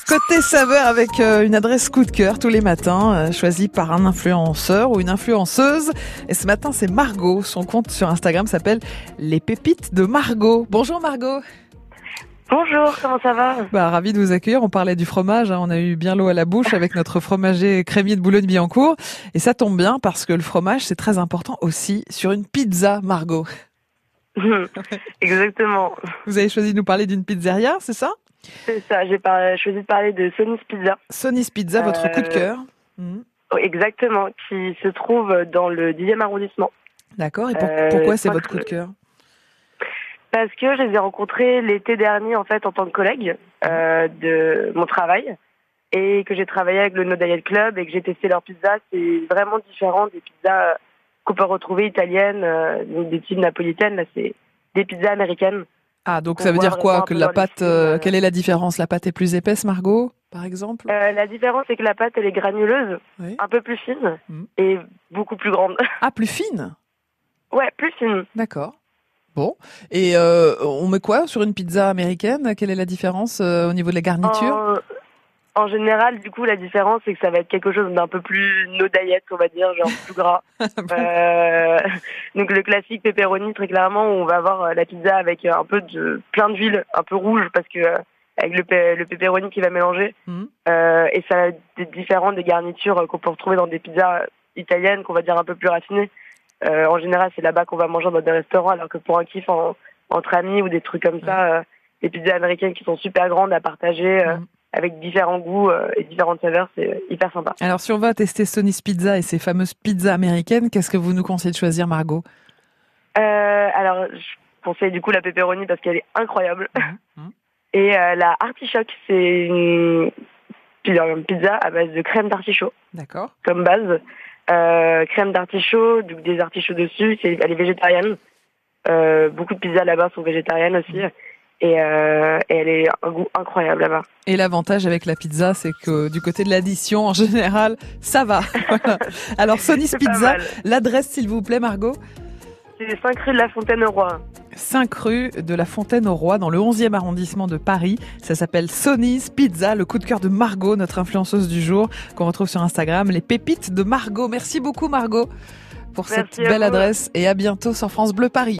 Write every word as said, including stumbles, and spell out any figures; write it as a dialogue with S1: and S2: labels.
S1: Côté saveur avec euh, une adresse coup de cœur tous les matins, euh, choisie par un influenceur ou une influenceuse. Et ce matin, c'est Margot. Son compte sur Instagram s'appelle Les Pépites de Margot. Bonjour Margot.
S2: Bonjour, comment ça va?
S1: Bah, ravi de vous accueillir. On parlait du fromage, hein. On a eu bien l'eau à la bouche avec notre fromager crémier de Boulogne-Billancourt. Et ça tombe bien parce que le fromage, c'est très important aussi sur une pizza, Margot.
S2: Exactement.
S1: Vous avez choisi de nous parler d'une pizzeria, c'est ça?
S2: C'est ça, j'ai par... choisi de parler de Sonny's Pizza.
S1: Sonny's Pizza, euh... votre coup de cœur. Mmh.
S2: Exactement, qui se trouve dans le dixième arrondissement.
S1: D'accord, et pour... euh, pourquoi c'est votre coup de cœur?
S2: Parce que je les ai rencontrés l'été dernier en fait en tant que collègue euh, de mon travail et que j'ai travaillé avec le No Diet Club et que j'ai testé leurs pizzas. C'est vraiment différent des pizzas qu'on peut retrouver italiennes, euh, donc des types napolitaines. Là, c'est des pizzas américaines.
S1: Ah, donc ça veut dire quoi? Que la pâte, euh, quelle est la différence? La pâte est plus épaisse, Margot, par exemple?
S2: euh, La différence, c'est que la pâte, elle est granuleuse, oui. Un peu plus fine mmh. et beaucoup plus grande.
S1: Ah, plus fine?
S2: Ouais, plus fine.
S1: D'accord. Bon. Et euh, on met quoi sur une pizza américaine? Quelle est la différence euh, au niveau de la garniture?
S2: En... En général, du coup, la différence, c'est que ça va être quelque chose d'un peu plus no diet, on va dire, genre plus gras. bon. euh, donc le classique pepperoni, très clairement, on va avoir la pizza avec un peu de plein d'huile, un peu rouge, parce que euh, avec le, pe- le pepperoni qui va mélanger. Mm. Euh, et ça va être différent des garnitures qu'on peut retrouver dans des pizzas italiennes, qu'on va dire un peu plus raffinées. Euh, en général, c'est là-bas qu'on va manger dans des restaurants, alors que pour un kiff en, entre amis ou des trucs comme mm. ça, euh, les pizzas américaines qui sont super grandes à partager. Euh, mm. avec différents goûts euh, et différentes saveurs, c'est hyper sympa.
S1: Alors, si on va tester Sonny's Pizza et ces fameuses pizzas américaines, qu'est-ce que vous nous conseillez de choisir, Margot?
S2: euh, Alors, je conseille du coup la pepperoni parce qu'elle est incroyable. Mmh. Et euh, la artichoke, c'est une... une pizza à base de crème d'artichaut.
S1: D'accord.
S2: Comme base. Euh, crème d'artichaut, donc des artichauts dessus, c'est... elle est végétarienne. Euh, beaucoup de pizzas là-bas sont végétariennes aussi. Mmh. Et, euh, et elle est un goût incroyable là-bas.
S1: Et l'avantage avec la pizza, c'est que du côté de l'addition, en général, ça va. Voilà. Alors, Sonny's Pizza, l'adresse, s'il vous plaît, Margot?
S2: C'est cinq rue de la Fontaine-au-Roi.
S1: cinq rue de la Fontaine-au-Roi, dans le onzième arrondissement de Paris. Ça s'appelle Sonny's Pizza, le coup de cœur de Margot, notre influenceuse du jour, qu'on retrouve sur Instagram, les pépites de Margot. Merci beaucoup, Margot, pour
S2: Merci
S1: cette belle adresse. Et à bientôt sur France Bleu Paris.